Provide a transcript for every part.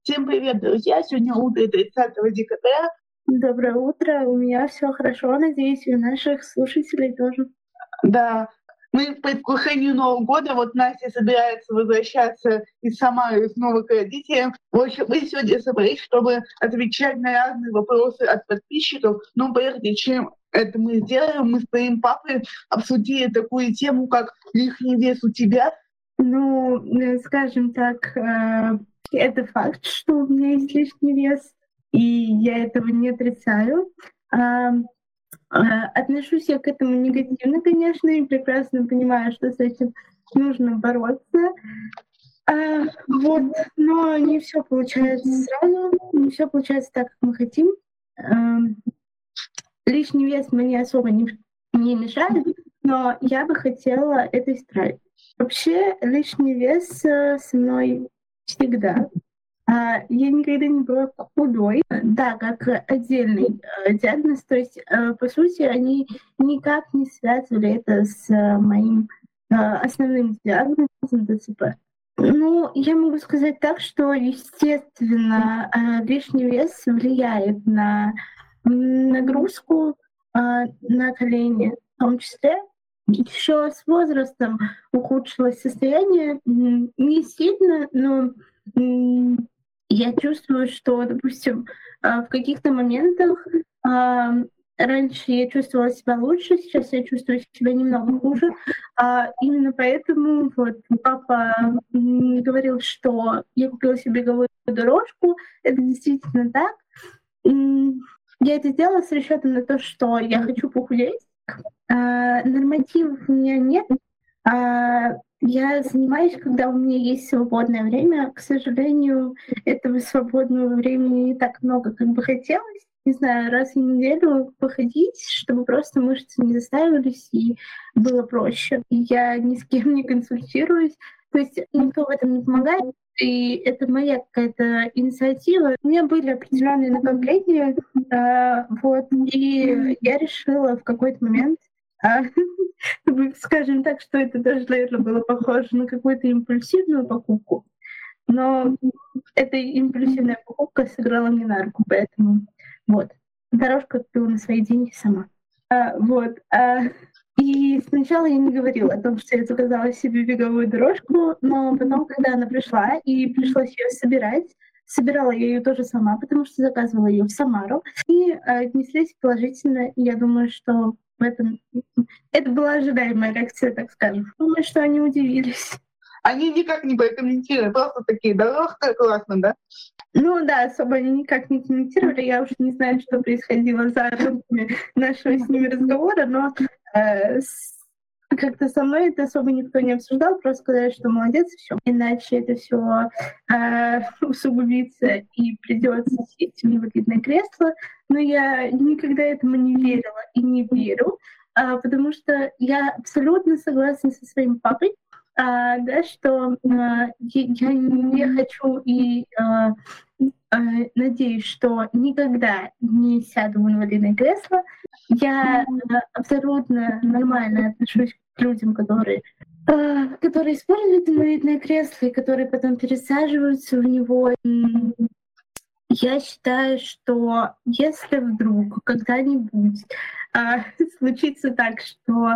Всем привет, друзья! Сегодня утро 30 декабря. Доброе утро. У меня все хорошо, надеюсь, и у наших слушателей тоже. Да, мы в предвкушении Нового года. Вот Настя собирается возвращаться из Самары снова к родителям. В общем, мы сегодня собрались, чтобы отвечать на разные вопросы от подписчиков. Но прежде чем это мы сделаем, мы с твоим папой обсудили такую тему, как лишний вес у тебя. Ну, скажем так, это факт, что у меня есть лишний вес, и я этого не отрицаю. А, Отношусь я к этому негативно, конечно, и прекрасно понимаю, что с этим нужно бороться. Вот, но не все получается сразу, не все получается так, как мы хотим. Ам, Лишний вес мне особо не мешает, но я бы хотела это исправить. Вообще лишний вес со мной всегда. Я никогда не была худой, да, как отдельный диагноз. То есть, по сути, они никак не связывали это с моим основным диагнозом ДЦП. Ну, я могу сказать так, что, естественно, лишний вес влияет на нагрузку на колени, в том числе. Еще с возрастом ухудшилось состояние, не сильно, но я чувствую, что, допустим, в каких-то моментах раньше я чувствовала себя лучше, сейчас я чувствую себя немного хуже. Именно поэтому вот папа говорил, что я купила себе беговую дорожку. Это действительно так. Я это сделала с расчетом на то, что я хочу похудеть. Нормативов у меня нет. Я занимаюсь, когда у меня есть свободное время. К сожалению, этого свободного времени не так много, как бы хотелось. Не знаю, раз в неделю походить, чтобы просто мышцы не заставились и было проще. Я ни с кем не консультируюсь. То есть никто в этом не помогает, и это моя какая-то инициатива. У меня были определенные накопления, вот, и я решила в какой-то момент, а, скажем так, что это даже, наверное, было похоже на какую-то импульсивную покупку, но эта импульсивная покупка сыграла мне на руку, поэтому вот. Дорожку купила на свои деньги сама. Вот. И сначала я не говорила о том, что я заказала себе беговую дорожку, но потом, когда она пришла и пришлось ее собирать, собирала я ее тоже сама, потому что заказывала ее в Самару, и отнеслись положительно. Я думаю, что в этом это была ожидаемая реакция, так скажем. Думаю, что они удивились. Они никак не прокомментировали, просто такие: дорожка классно, да? Ну да, особо они никак не комментировали. Я уж не знаю, что происходило за рамками нашего с ними разговора, но как-то со мной это особо никто не обсуждал, просто сказали, что молодец, все. Иначе это все усугубится и придется сесть в инвалидное кресло. Но я никогда этому не верила и не верю, потому что я абсолютно согласна со своим папой, да, что я не хочу и надеюсь, что никогда не сяду в инвалидное кресло. Я абсолютно нормально отношусь к людям, которые используют инвалидное кресло и которые потом пересаживаются в него. Я считаю, что если вдруг когда-нибудь случится так, что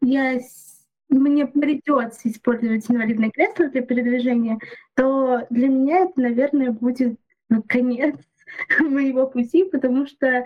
мне придется использовать инвалидное кресло для передвижения, то для меня это, наверное, будет конец моего пути, потому что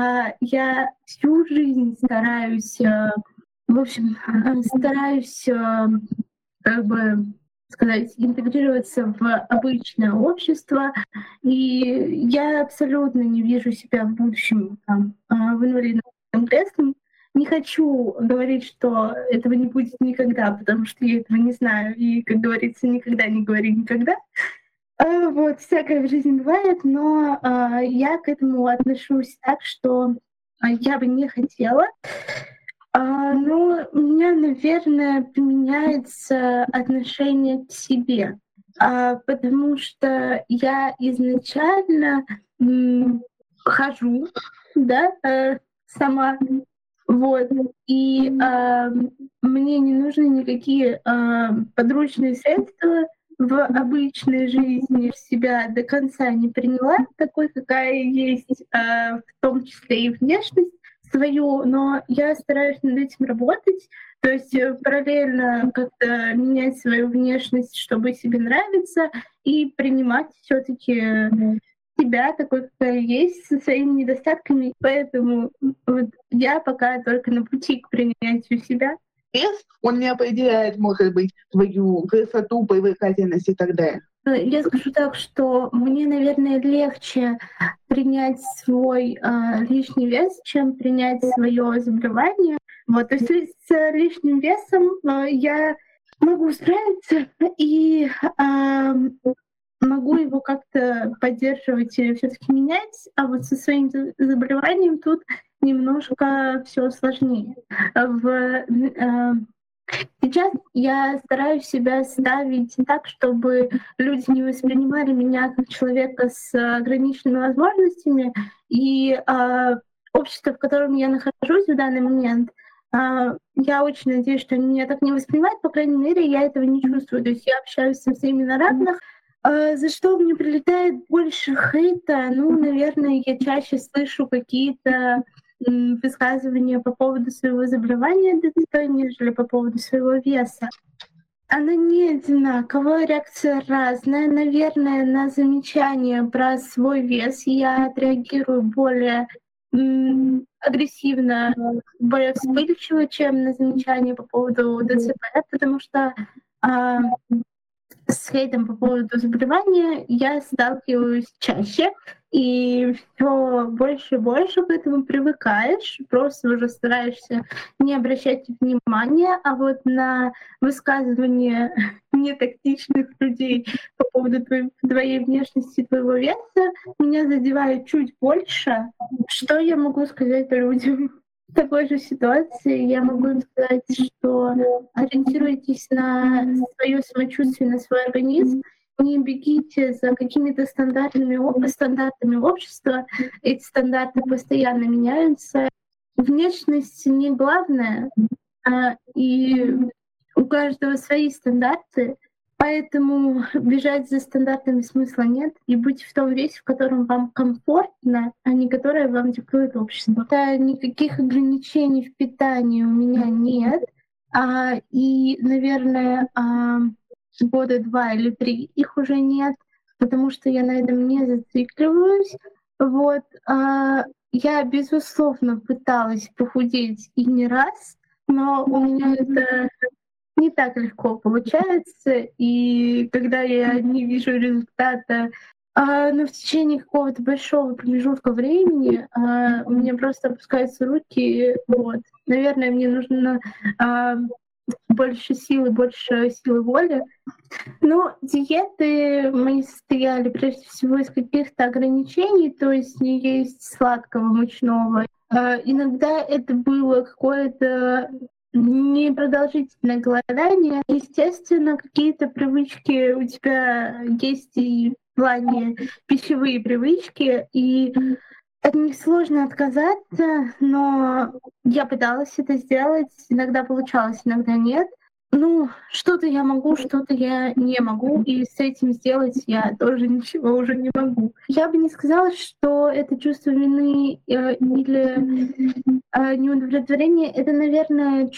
я всю жизнь стараюсь, в общем, стараюсь как бы сказать, интегрироваться в обычное общество. И я абсолютно не вижу себя в будущем в инвалидном кресле. Не хочу говорить, что этого не будет никогда, потому что я этого не знаю. И, как говорится, никогда не говори никогда. Вот, всякое в жизни бывает, но я к этому отношусь так, что я бы не хотела. Ну, у меня, наверное, поменяется отношение к себе, потому что я изначально хожу, да, сама, вот, и мне не нужны никакие подручные средства в обычной жизни себя до конца не приняла, такой, какая есть, в том числе и внешность свою, но я стараюсь над этим работать, то есть параллельно как-то менять свою внешность, чтобы себе нравиться, и принимать все-таки себя такой, какая есть, со своими недостатками. Поэтому вот я пока только на пути к принятию себя. Вес, он не определяет, может быть, твою красоту, привлекательность и так далее. Я скажу так, что мне, наверное, легче принять свой лишний вес, чем принять свое заболевание. Вот, то есть с лишним весом я могу справиться и могу его как-то поддерживать или все-таки менять, а вот со своим заболеванием тут немножко все сложнее. Сейчас я стараюсь себя ставить так, чтобы люди не воспринимали меня как человека с ограниченными возможностями, и общество, в котором я нахожусь в данный момент, я очень надеюсь, что они меня так не воспринимают, по крайней мере, я этого не чувствую. То есть я общаюсь со всеми на равных. За что мне прилетает больше хейта? Ну, наверное, я чаще слышу какие-то высказывания по поводу своего заболевания ДЦП, нежели по поводу своего веса. Она не одинаковая, реакция разная. Наверное, на замечания про свой вес я отреагирую более агрессивно, более вспыльчиво, чем на замечания по поводу ДЦП, потому что с хейтом по поводу заболевания я сталкиваюсь чаще, и все больше и больше к этому привыкаешь, просто уже стараешься не обращать внимания, а вот на высказывания нетактичных людей по поводу твоей внешности, твоего веса меня задевает чуть больше. Что я могу сказать людям? В такой же ситуации я могу им сказать, что ориентируйтесь на свое самочувствие, на свой организм, не бегите за какими-то стандартами общества. Эти стандарты постоянно меняются. Внешность не главное, и у каждого свои стандарты. Поэтому бежать за стандартами смысла нет, и быть в том весе, в котором вам комфортно, а не которое вам диктует общество. Да, никаких ограничений в питании у меня нет. И, наверное, года 2 или 3 их уже нет, потому что я на этом не зацикливаюсь. Вот. Я, безусловно, пыталась похудеть и не раз, но у меня это не так легко получается, и когда я не вижу результата, но в течение какого-то большого промежутка времени у меня просто опускаются руки. Вот. Наверное, мне нужно больше силы воли. Но диеты мои состояли прежде всего из каких-то ограничений, то есть не есть сладкого, мучного. Иногда это было какое-то непродолжительное голодание. Естественно, какие-то привычки у тебя есть и в плане пищевые привычки, и от них сложно отказаться, но я пыталась это сделать. Иногда получалось, иногда нет. Ну, что-то я могу, что-то я не могу, и с этим сделать я тоже ничего уже не могу. Я бы не сказала, что это чувство вины или неудовлетворение, это, наверное,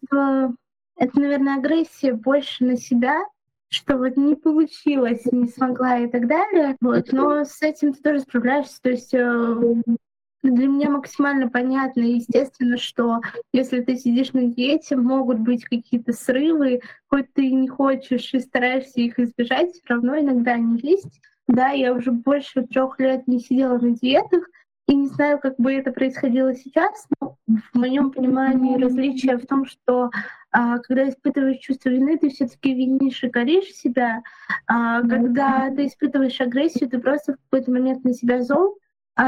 агрессия больше на себя, что вот не получилось, не смогла и так далее. Вот. Но с этим ты тоже справляешься. То есть для меня максимально понятно и естественно, что если ты сидишь на диете, могут быть какие-то срывы, хоть ты и не хочешь и стараешься их избежать, все равно иногда они есть. Да, я уже больше 3 лет не сидела на диетах, и не знаю, как бы это происходило сейчас, но в моем понимании различие в том, что когда испытываешь чувство вины, ты все-таки винишь и коришь себя. Когда ты испытываешь агрессию, ты просто в какой-то момент на себя зол.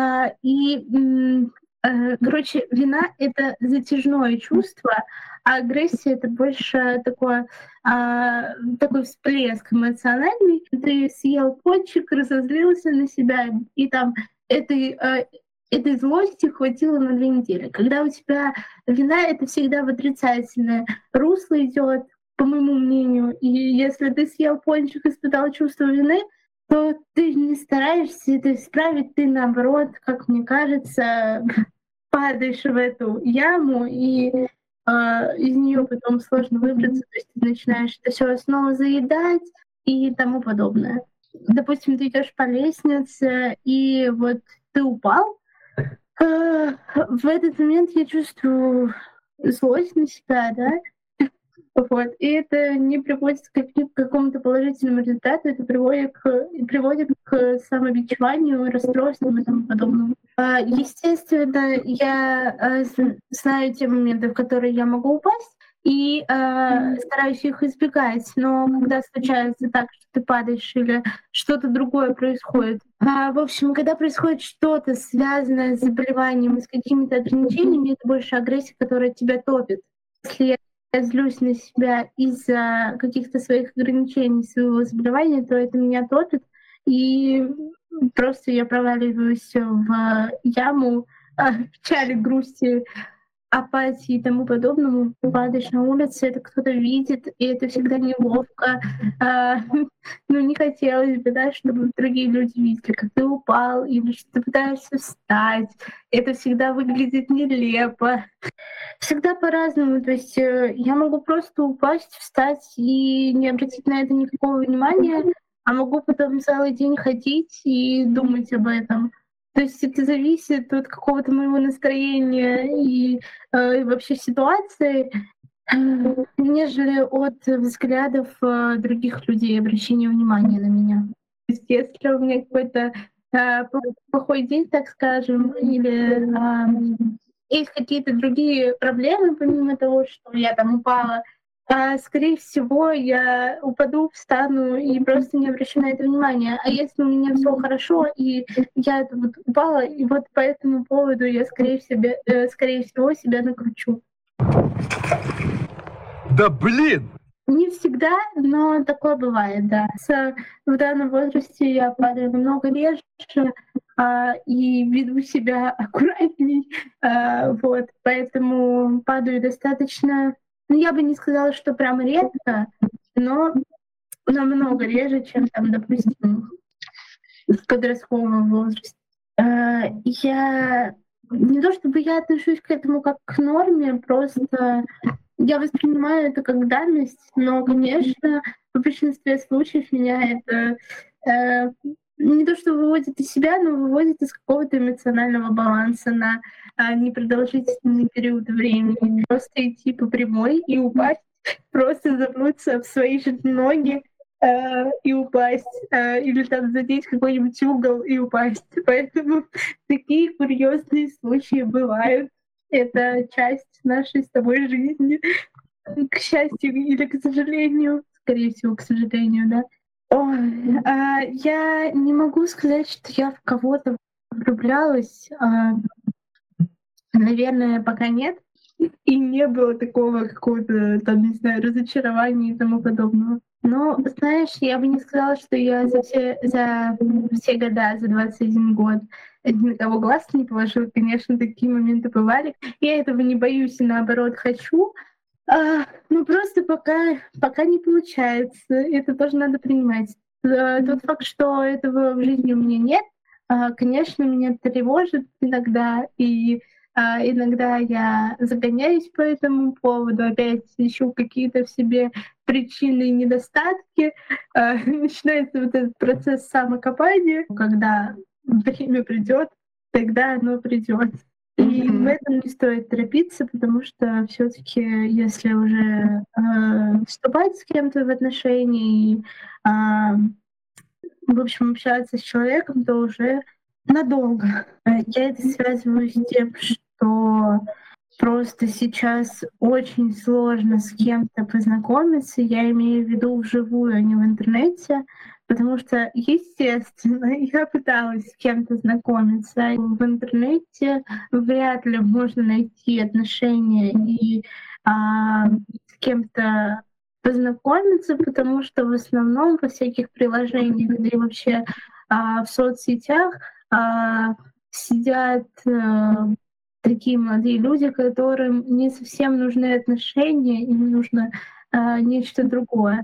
Короче, вина — это затяжное чувство, а агрессия — это больше такой всплеск эмоциональный. Ты съел пончик, разозлился на себя, и там этой злости хватило на 2 недели. Когда у тебя вина, это всегда в отрицательное русло идет, по моему мнению. И если ты съел пончик и испытал чувство вины, то ты не стараешься это исправить, ты наоборот, как мне кажется, падаешь в эту яму, и из нее потом сложно выбраться, то есть ты начинаешь это все снова заедать и тому подобное. Допустим, ты идешь по лестнице, и вот ты упал. В этот момент я чувствую злость на себя, да, вот. И это не приводит к какому-то положительному результату, это приводит к самобичеванию, расстройствам и тому подобному. Естественно, я знаю те моменты, в которые я могу упасть, и стараюсь их избегать. Но когда случается так, что ты падаешь или что-то другое происходит, в общем, когда происходит что-то связанное с заболеванием и с какими-то ограничениями, это больше агрессия, которая тебя топит. Если я злюсь на себя из-за каких-то своих ограничений, своего заболевания, то это меня топит, и просто я проваливаюсь в яму печали, грусти, апатии и тому подобному. Падаешь на улице, это кто-то видит, и это всегда неловко. Ну, не хотелось бы, да, чтобы другие люди видели, как ты упал, или что ты пытаешься встать. Это всегда выглядит нелепо. Всегда по-разному. То есть я могу просто упасть, встать и не обратить на это никакого внимания, а могу потом целый день ходить и думать об этом. То есть это зависит от какого-то моего настроения и вообще ситуации, нежели от взглядов других людей, обращения внимания на меня. То есть если у меня какой-то плохой день, так скажем, или есть какие-то другие проблемы, помимо того, что я там упала, скорее всего, я упаду, встану и просто не обращу на это внимания. А если у меня все хорошо, и я вот упала, и вот по этому поводу я, скорее всего, себя накручу. Да блин! Не всегда, но такое бывает, да. В данном возрасте я падаю намного реже и веду себя аккуратней. Вот, поэтому падаю достаточно. Ну, я бы не сказала, что прям редко, но намного реже, чем там, допустим, в подростковом возрасте. Я не то чтобы я отношусь к этому как к норме, просто я воспринимаю это как данность, но, конечно, в большинстве случаев меня это не то, что выводит из себя, но выводит из какого-то эмоционального баланса на непродолжительный период времени. Просто идти по прямой и упасть, просто запнуться в свои же ноги и упасть, или там задеть какой-нибудь угол и упасть. Поэтому такие курьезные случаи бывают. Это часть нашей с тобой жизни. К счастью или к сожалению. Скорее всего, к сожалению, да. Ой, я не могу сказать, что я в кого-то влюблялась. Наверное, пока нет. И не было такого какого-то, там, не знаю, разочарования и тому подобного. Но, знаешь, я бы не сказала, что я за все года, за 21 год ни на кого глаз не положила. Конечно, такие моменты бывали. Я этого не боюсь и, наоборот, хочу. Ну, просто пока не получается. Это тоже надо принимать. Тот факт, что этого в жизни у меня нет, конечно, меня тревожит иногда, и иногда я загоняюсь по этому поводу, опять ищу какие-то в себе причины и недостатки. Начинается вот этот процесс самокопания, когда время придет, тогда оно придет. И в этом не стоит торопиться, потому что все-таки, если уже вступать с кем-то в отношения и, в общем, общаться с человеком, то уже надолго. Я это связываю с тем, что просто сейчас очень сложно с кем-то познакомиться. Я имею в виду вживую, а не в интернете. Потому что, естественно, я пыталась с кем-то знакомиться. В интернете вряд ли можно найти отношения и с кем-то познакомиться, потому что в основном во всяких приложениях, да и вообще в соцсетях сидят такие молодые люди, которым не совсем нужны отношения, им нужно нечто другое.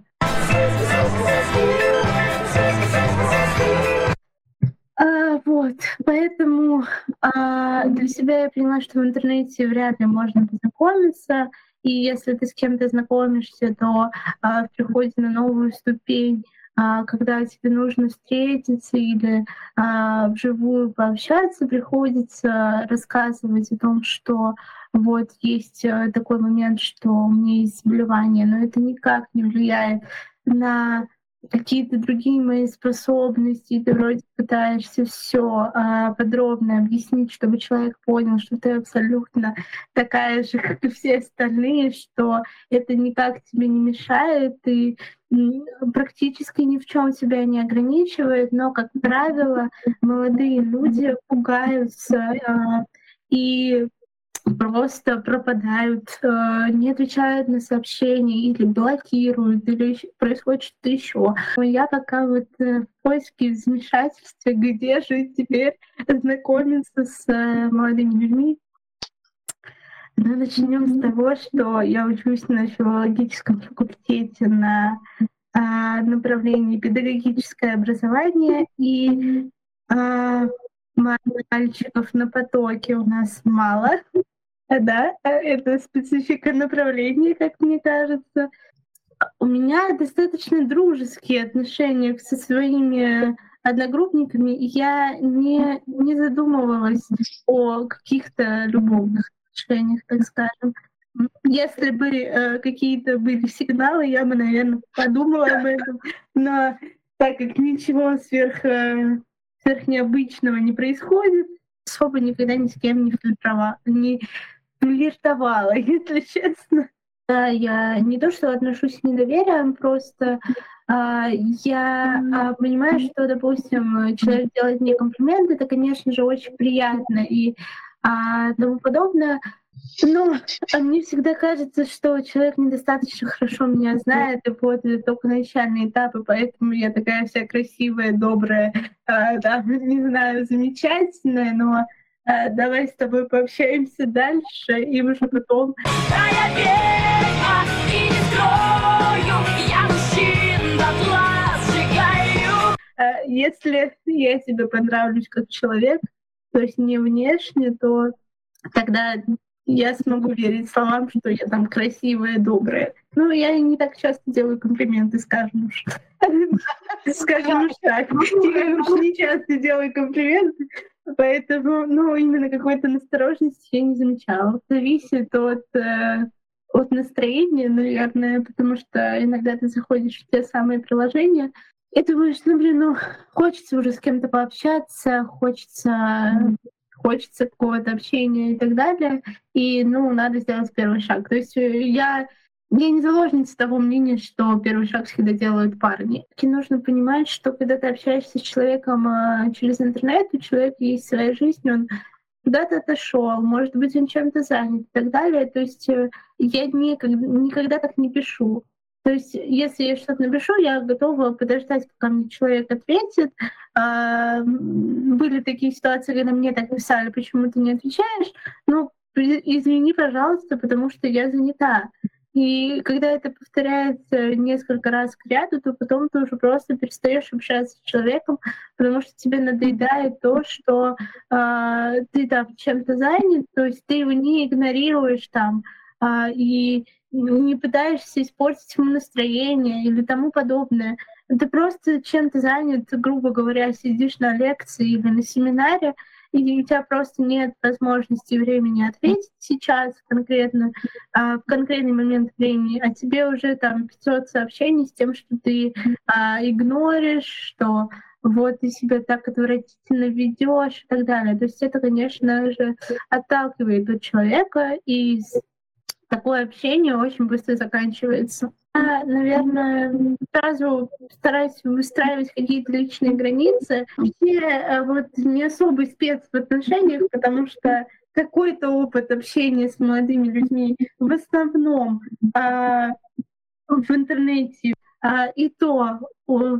Вот, поэтому для себя я поняла, что в интернете вряд ли можно познакомиться, и если ты с кем-то знакомишься, то в переходе на новую ступень, когда тебе нужно встретиться или вживую пообщаться, приходится рассказывать о том, что вот есть такой момент, что у меня есть заболевание, но это никак не влияет на какие-то другие мои способности, и ты вроде пытаешься все подробно объяснить, чтобы человек понял, что ты абсолютно такая же, как и все остальные, что это никак тебе не мешает и практически ни в чем тебя не ограничивает, но, как правило, молодые люди пугаются и просто пропадают, не отвечают на сообщения или блокируют, или происходит что-то еще. Я пока вот в поиске, в замешательстве, где же теперь знакомиться с молодыми людьми. Но начнем с того, что я учусь на филологическом факультете на направлении педагогическое образование, и мальчиков на потоке у нас мало. Да, это специфика направления, как мне кажется. У меня достаточно дружеские отношения со своими одногруппниками, и я не задумывалась о каких-то любовных отношениях, так скажем. Если бы какие-то были сигналы, я бы, наверное, подумала об этом. Но так как ничего сверхнеобычного не происходит, особо никогда ни с кем не флиртовала, если честно. Да, я не то, что отношусь с недоверием, просто я понимаю, что, допустим, человек делает мне комплимент, это, конечно же, очень приятно и тому подобное. Но мне всегда кажется, что человек недостаточно хорошо меня знает, и вот это только начальный этап, и поэтому я такая вся красивая, добрая, да, не знаю, замечательная, но давай с тобой пообщаемся дальше, и уже потом... Если я тебе понравлюсь как человек, то есть не внешне, то тогда я смогу верить словам, что я там красивая, добрая. Ну, я не так часто делаю комплименты, скажем уж. Скажем уж так. Я уж не часто делаю комплименты, поэтому, ну, именно какой-то настороженности я не замечала. Зависит от настроения, наверное, потому что иногда ты заходишь в те самые приложения, и думаешь, ну, блин, ну, хочется уже с кем-то пообщаться, хочется какого-то общения и так далее. И, ну, надо сделать первый шаг. То есть я не заложница того мнения, что первый шаг всегда делают парни. И нужно понимать, что когда ты общаешься с человеком через интернет, у человека есть своя жизнь, он куда-то отошел, может быть, он чем-то занят и так далее. То есть я никогда так не пишу. То есть, если я что-то напишу, я готова подождать, пока мне человек ответит. Были такие ситуации, когда мне так писали, почему ты не отвечаешь? Ну, извини, пожалуйста, потому что я занята. И когда это повторяется несколько раз к ряду, то потом ты уже просто перестаешь общаться с человеком, потому что тебе надоедает то, что ты там чем-то занят, то есть ты его не игнорируешь там, и не пытаешься испортить ему настроение или тому подобное. Ты просто чем-то занят, грубо говоря, сидишь на лекции или на семинаре, и у тебя просто нет возможности и времени ответить сейчас в конкретный момент времени, а тебе уже там 500 сообщений с тем, что ты игноришь, что вот ты себя так отвратительно ведешь и так далее. То есть это, конечно же, отталкивает от человека, и такое общение очень быстро заканчивается. Я, наверное, сразу стараюсь выстраивать какие-то личные границы. Вообще вот не особый спец в отношениях, потому что какой-то опыт общения с молодыми людьми в основном в интернете, и то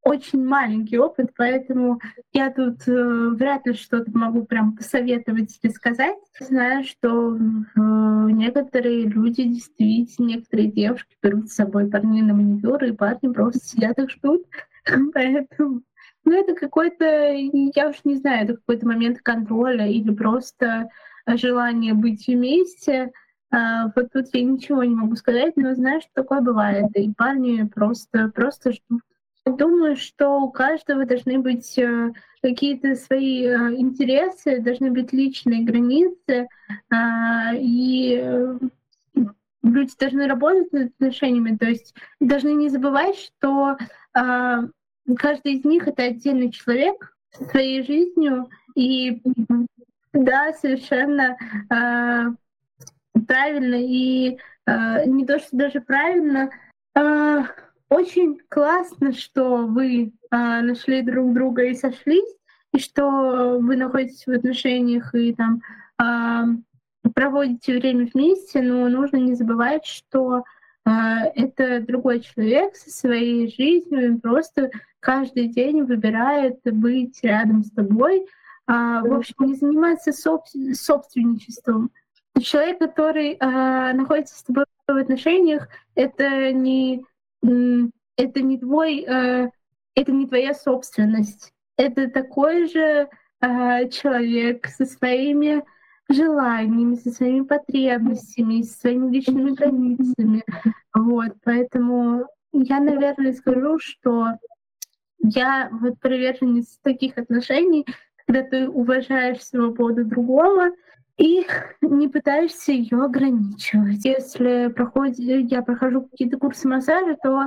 очень маленький опыт, поэтому я тут вряд ли что-то могу прям посоветовать или сказать. Знаю, что некоторые люди действительно, некоторые девушки берут с собой парней на маникюр, и парни просто сидят их ждут. Поэтому, ну, это какой-то, я уж не знаю, это какой-то момент контроля или просто желание быть вместе. Вот тут я ничего не могу сказать, но знаю, что такое бывает, и парни просто ждут. Думаю, что у каждого должны быть какие-то свои интересы, должны быть личные границы, и люди должны работать над отношениями, то есть должны не забывать, что каждый из них — это отдельный человек со своей жизнью, и да, совершенно правильно, и не то, что даже правильно, очень классно, что вы нашли друг друга и сошлись, и что вы находитесь в отношениях и там проводите время вместе, но нужно не забывать, что это другой человек со своей жизнью, и просто каждый день выбирает быть рядом с тобой. В общем, не заниматься собственничеством. Человек, который находится с тобой в отношениях, это не твой, это не твоя собственность. Это такой же человек со своими желаниями, со своими потребностями, со своими личными границами. Вот, поэтому я, наверное, скажу, что я вот приверженец таких отношений, когда ты уважаешь свободу другого и не пытаешься ее ограничивать. Если я прохожу какие-то курсы массажа, то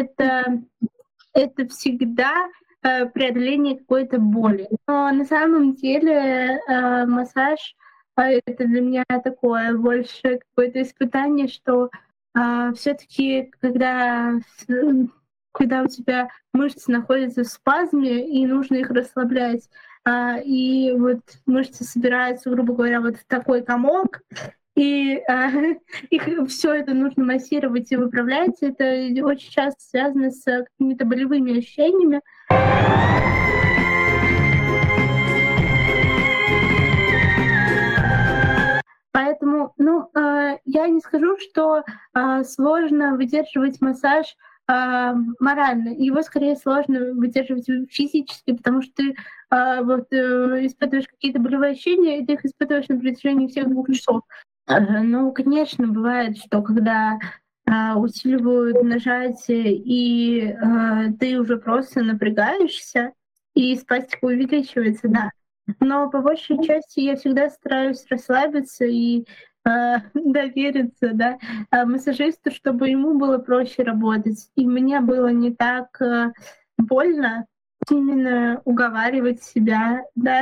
это всегда преодоление какой-то боли. Но на самом деле массаж это для меня такое больше какое-то испытание, что все-таки когда у тебя мышцы находятся в спазме, и нужно их расслаблять, и вот мышцы собираются, грубо говоря, вот в такой комок, и их все это нужно массировать и выправлять. Это очень часто связано с какими-то болевыми ощущениями. Поэтому, я не скажу, что сложно выдерживать массаж морально. Его скорее сложно выдерживать физически, потому что ты испытываешь какие-то болевые ощущения, и ты их испытываешь на протяжении всех 2 часов. Ну, конечно, бывает, что когда усиливают нажатие, и ты уже просто напрягаешься, и спастика увеличивается, да. Но по большей части я всегда стараюсь расслабиться и довериться, да, массажисту, чтобы ему было проще работать. И мне было не так больно именно уговаривать себя, да,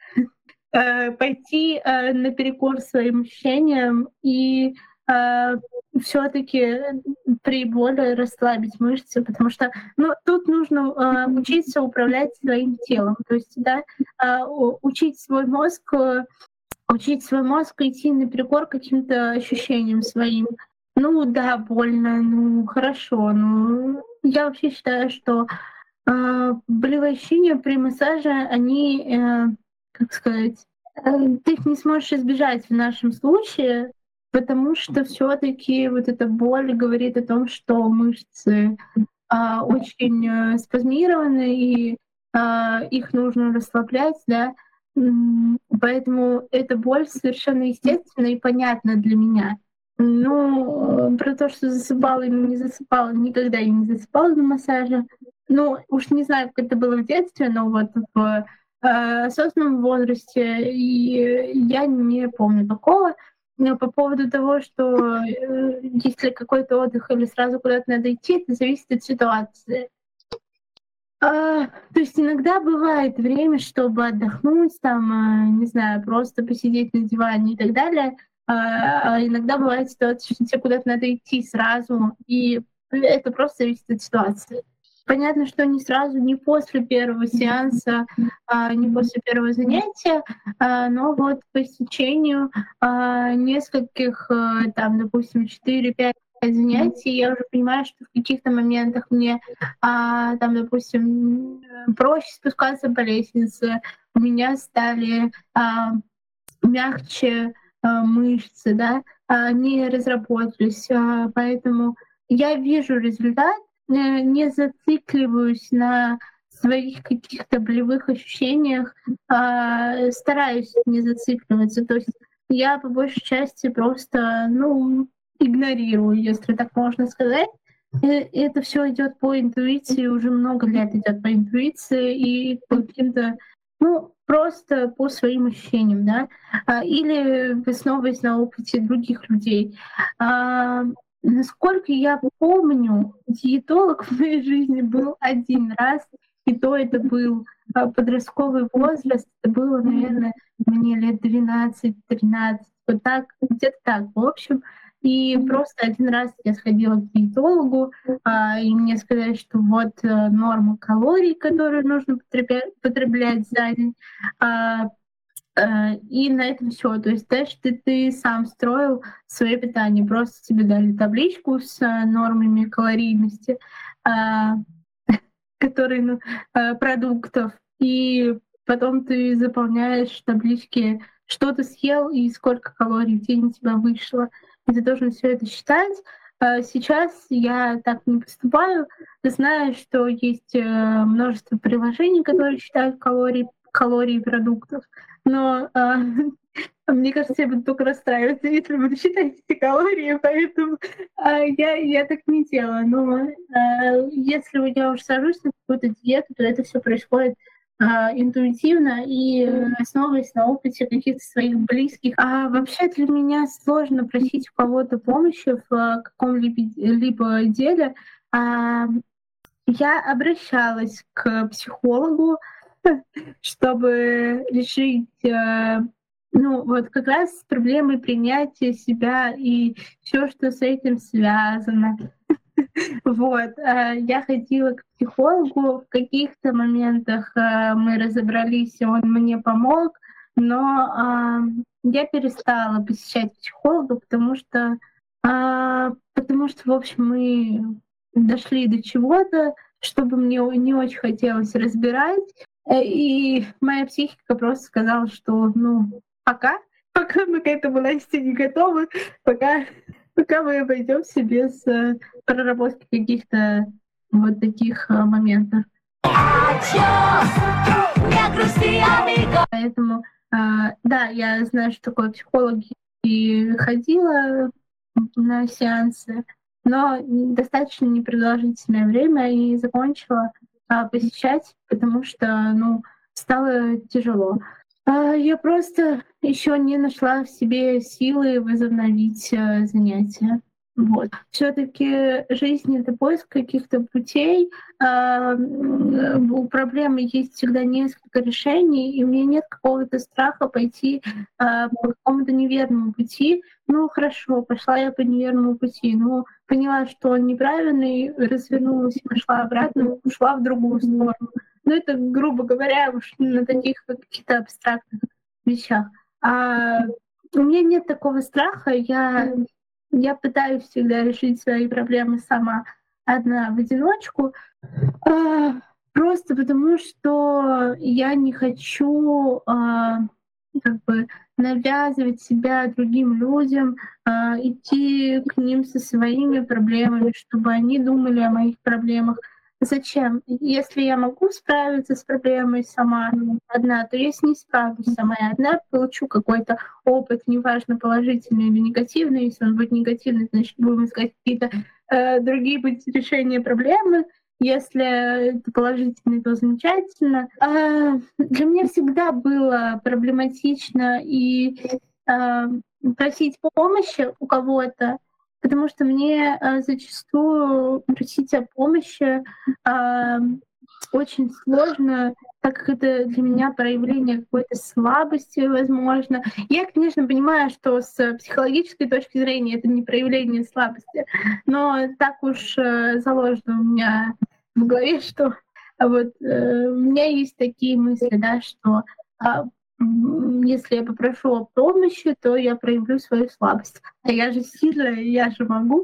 пойти наперекор своим ощущениям и все-таки при боли расслабить мышцы, потому что тут нужно учиться управлять своим телом, то есть да, учить свой мозг идти наперекор каким-то ощущениям своим. Ну да, больно, ну хорошо, ну я вообще считаю, что болевые ощущения при массаже, они, как сказать, ты их не сможешь избежать в нашем случае, потому что все-таки вот эта боль говорит о том, что мышцы очень спазмированы, и их нужно расслаблять, да. Поэтому эта боль совершенно естественна и понятна для меня. Ну, про то, что засыпала или не засыпала, никогда я не засыпала на массаже. Ну, уж не знаю, как это было в детстве, но вот в осознанном возрасте и я не помню такого. Но по поводу того, что есть ли какой-то отдых или сразу куда-то надо идти, это зависит от ситуации. То есть иногда бывает время, чтобы отдохнуть, там, не знаю, просто посидеть на диване и так далее. А иногда бывает ситуация, что тебе куда-то надо идти сразу, и это просто зависит от ситуации. Понятно, что не сразу, не после первого сеанса, не после первого занятия, но вот по истечению нескольких, там, допустим, 4-5 занятий, я уже понимаю, что в каких-то моментах мне, там, допустим, проще спускаться по лестнице, у меня стали мягче мышцы, да, они разработались, поэтому я вижу результат, не зацикливаюсь на своих каких-то болевых ощущениях, стараюсь не зацикливаться. То есть я по большей части просто, игнорирую, если так можно сказать. Это все идет по интуиции, уже много лет идет по интуиции и по каким-то, просто по своим ощущениям, да, или основываясь на опыте других людей. А, Насколько я помню, диетолог в моей жизни был один раз, и то это был подростковый возраст, это было, наверное, мне лет 12-13, вот так, где-то так, в общем. И просто один раз я сходила к диетологу, и мне сказали, что вот норма калорий, которые нужно потреблять за день. И на этом все. То есть дальше ты сам строил свое питание. Просто тебе дали табличку с нормами калорийности, а, которые продуктов, и потом ты заполняешь таблички, что ты съел и сколько калорий в день у тебя вышло. И ты должен все это считать. Сейчас я так не поступаю. Знаю, что есть множество приложений, которые считают калории продуктов. Но мне кажется, я буду только расстраиваться, если буду считать эти калории, поэтому я так не делаю. Но если я уже сажусь на какую-то диету, то это все происходит интуитивно и основываясь на опыте каких-то своих близких. А вообще для меня сложно просить у кого-то помощи в каком-либо деле. Я обращалась к психологу, чтобы решить, вот как раз с проблемой принятия себя и все, что с этим связано. Вот, я ходила к психологу, в каких-то моментах мы разобрались, и он мне помог, но я перестала посещать психолога, потому что, в общем, мы дошли до чего-то, чтобы мне не очень хотелось разбирать, и моя психика просто сказала, что, пока мы к этому, Настя, не готовы, пока мы обойдёмся без проработки каких-то вот таких моментов. Поэтому, да, я знаю, что такое психологи, и ходила на сеансы, но достаточно непродолжительное время и закончила посещать, потому что, стало тяжело. Я просто еще не нашла в себе силы возобновить занятия. Вот. Все-таки жизнь — это поиск каких-то путей. У проблемы есть всегда несколько решений, и у меня нет какого-то страха пойти по какому-то неверному пути. Хорошо, пошла я по неверному пути. Поняла, что он неправильный, развернулась и пошла обратно, ушла в другую сторону. Это, грубо говоря, уж на таких каких-то абстрактных вещах. У меня нет такого страха. Я пытаюсь всегда решить свои проблемы сама, одна в одиночку, просто потому что я не хочу навязывать себя другим людям, идти к ним со своими проблемами, чтобы они думали о моих проблемах. Зачем? Если я могу справиться с проблемой сама одна, то я с ней справлюсь сама одна, получу какой-то опыт, неважно, положительный или негативный. Если он будет негативный, значит, будем искать какие-то другие пути решения проблемы. Если это положительный, то замечательно. Для меня всегда было проблематично и просить помощи у кого-то, потому что мне зачастую просить о помощи очень сложно, так как это для меня проявление какой-то слабости, возможно. Я, конечно, понимаю, что с психологической точки зрения это не проявление слабости, но так уж заложено у меня в голове, что у меня есть такие мысли, да, что если я попрошу о помощи, то я проявлю свою слабость. А я же сильная, я же могу.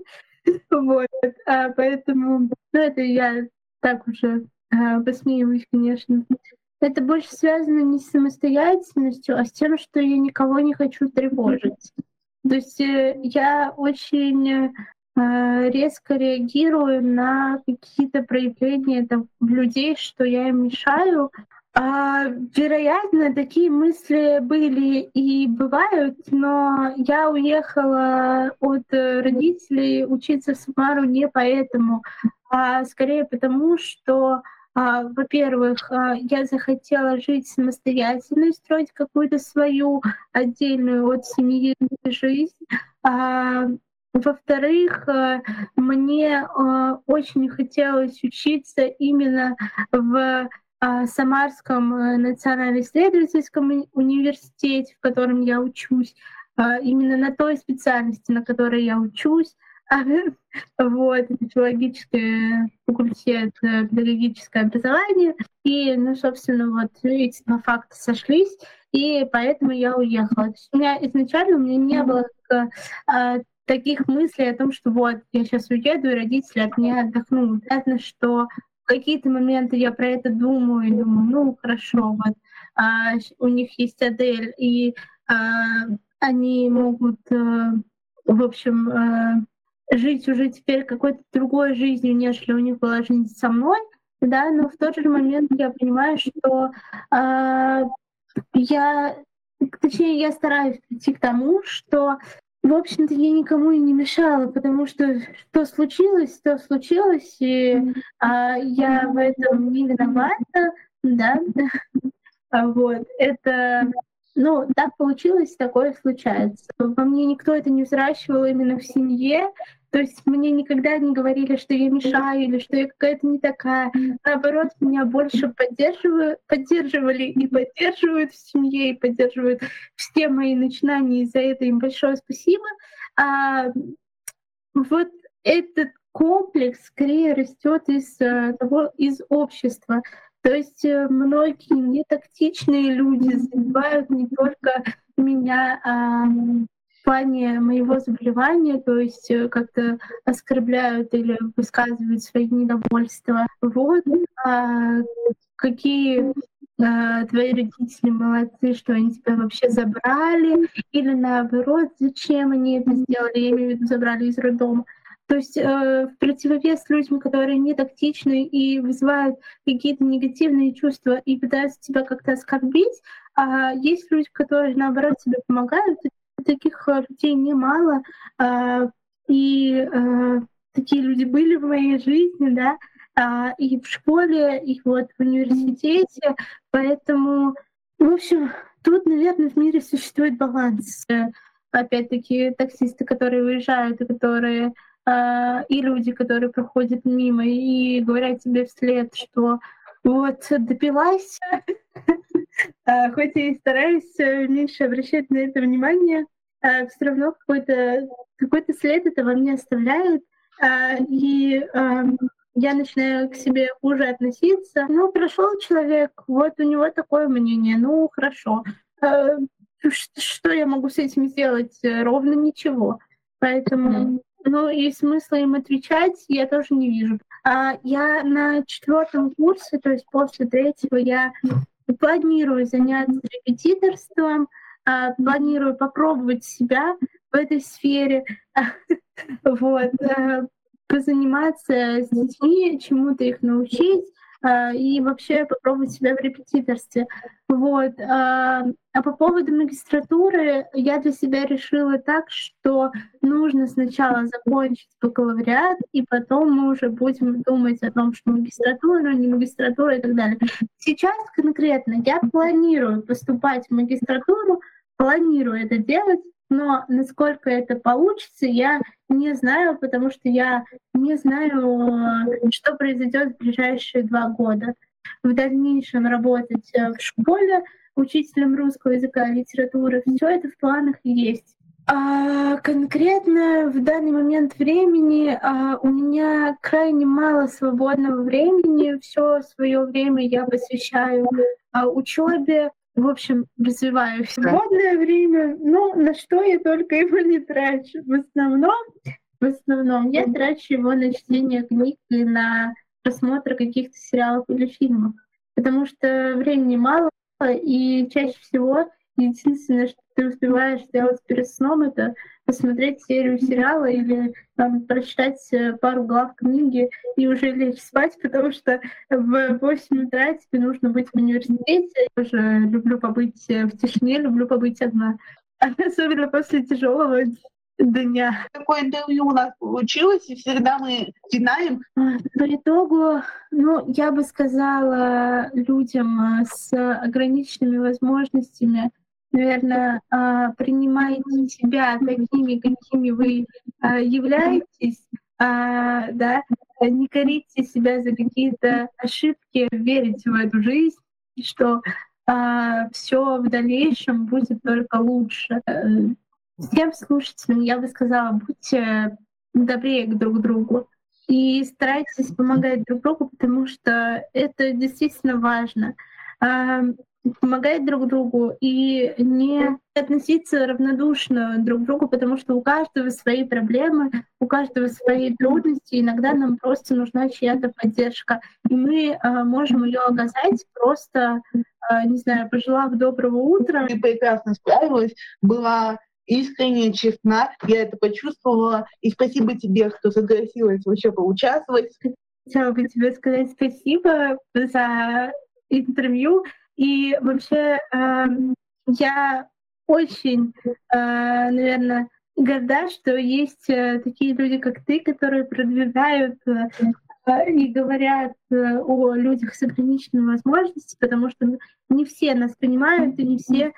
Вот, поэтому, ну, это я так уже посмеиваюсь, конечно. Это больше связано не с самостоятельностью, а с тем, что я никого не хочу тревожить. То есть я очень резко реагирую на какие-то проявления там, людей, что я им мешаю. Вероятно, такие мысли были и бывают, но я уехала от родителей учиться в Самару не поэтому, а скорее потому, что во-первых, я захотела жить самостоятельно и строить какую-то свою отдельную от семьи жизнь. Во-вторых, мне очень хотелось учиться именно в Самарском национально-исследовательском университете, в котором я учусь, именно на той специальности, на которой я учусь. Вот, это филологический факультет, педагогическое образование. И, ну, собственно, вот эти два факта сошлись, и поэтому я уехала. То есть у меня не было таких мыслей о том, что вот, я сейчас уеду, и родители от меня отдохнут. Понятно, что в какие-то моменты я про это думаю, и думаю, ну, хорошо, вот, у них есть Адель, и они могут, в общем, жить уже теперь какой-то другой жизнью, нежели у них была жизнь со мной, да, но в тот же момент я понимаю, что я стараюсь прийти к тому, что, в общем-то, я никому и не мешала, потому что то случилось, и я в этом не виновата, да, вот, это, ну, так получилось, такое случается. Во мне никто это не взращивал именно в семье, то есть мне никогда не говорили, что я мешаю или что я какая-то не такая. Наоборот, меня больше поддерживали и поддерживают в семье, и поддерживают все мои начинания, и за это им большое спасибо. Вот этот комплекс скорее растет из общества. То есть многие нетактичные люди забивают не только меня в плане моего заболевания, то есть как-то оскорбляют или высказывают свои недовольства. Вот какие твои родители молодцы, что они тебя вообще забрали, или наоборот, зачем они это сделали, я имею в виду, забрали из роддома. То есть в противовес людям, которые не тактичны и вызывают какие-то негативные чувства и пытаются тебя как-то оскорбить, есть люди, которые наоборот тебе помогают. Таких людей немало, и такие люди были в моей жизни, да, и в школе, и вот в университете. Поэтому, в общем, тут, наверное, в мире существует баланс. Опять-таки, таксисты, которые уезжают, и которые и люди, которые проходят мимо и говорят тебе вслед, что вот допилась, хоть я и стараюсь меньше обращать на это внимание, все равно какой-то след это во мне оставляет. И я начинаю к себе хуже относиться. Ну, прошел человек, вот у него такое мнение, ну, хорошо. Что я могу с этим сделать? Ровно ничего. Поэтому, ну, и смысла им отвечать я тоже не вижу. Я на 4 курсе, то есть после 3-го, я планирую заняться репетиторством, планирую попробовать себя в этой сфере. Вот, позаниматься с детьми, чему-то их научить и вообще попробовать себя в репетиторстве. Вот. По поводу магистратуры я для себя решила так, что нужно сначала закончить бакалавриат, и потом мы уже будем думать о том, что магистратура, не магистратура и так далее. Сейчас конкретно я планирую поступать в магистратуру, планирую это делать, но насколько это получится, я не знаю, потому что я не знаю, что произойдет в ближайшие 2 года. В дальнейшем работать в школе учителем русского языка и литературы, все это в планах есть. Конкретно в данный момент времени у меня крайне мало свободного времени. Все свое время я посвящаю учебе. В общем, развиваю свободное время, но на что я только его не трачу. В основном В основном я трачу его на чтение книг и на просмотр каких-то сериалов или фильмов, потому что времени мало, и чаще всего единственное, что ты успеваешь сделать перед сном, это посмотреть серию сериала или там, прочитать пару глав книги и уже лечь спать, потому что в 8 утра тебе нужно быть в университете. Я тоже люблю побыть в тишине, люблю побыть одна. Особенно после тяжелого дня. Такое интервью у нас получилось, и всегда мы знаем. По итогу, ну, я бы сказала людям с ограниченными возможностями, наверное, принимайте себя такими, какими вы являетесь, да, не корите себя за какие-то ошибки, верите в эту жизнь, и что все в дальнейшем будет только лучше. Всем слушателям я бы сказала, будьте добрее друг к другу и старайтесь помогать друг другу, потому что это действительно важно. Помогать друг другу и не относиться равнодушно друг к другу, потому что у каждого свои проблемы, у каждого свои трудности. Иногда нам просто нужна чья-то поддержка, и мы можем ее оказать просто, не знаю, пожелав доброго утра. Ты прекрасно справилась, была искренне, честна, я это почувствовала. И спасибо тебе, что согласилась вообще поучаствовать. Хотела бы тебе сказать спасибо за интервью. И вообще я очень, наверное, горда, что есть такие люди, как ты, которые продвигают и говорят о людях с ограниченными возможностями, потому что не все нас понимают, и не все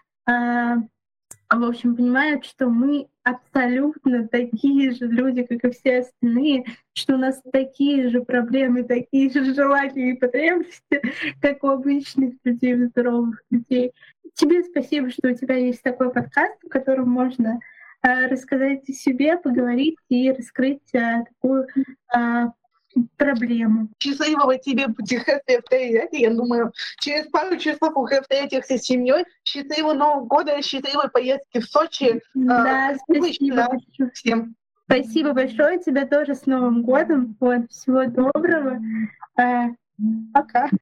в общем, понимают, что мы абсолютно такие же люди, как и все остальные, что у нас такие же проблемы, такие же желания и потребности, как у обычных людей, у здоровых людей. Тебе спасибо, что у тебя есть такой подкаст, в котором можно рассказать о себе, поговорить и раскрыть такую проблему. Счастливого тебе путешествия в Тольятти. Я думаю, через пару часов уже встретишься с семьей. Счастливого Нового года, счастливой поездки в Сочи. Да, спасибо. Всем. Спасибо большое. Тебя тоже с Новым годом. Вот, всего доброго. Пока.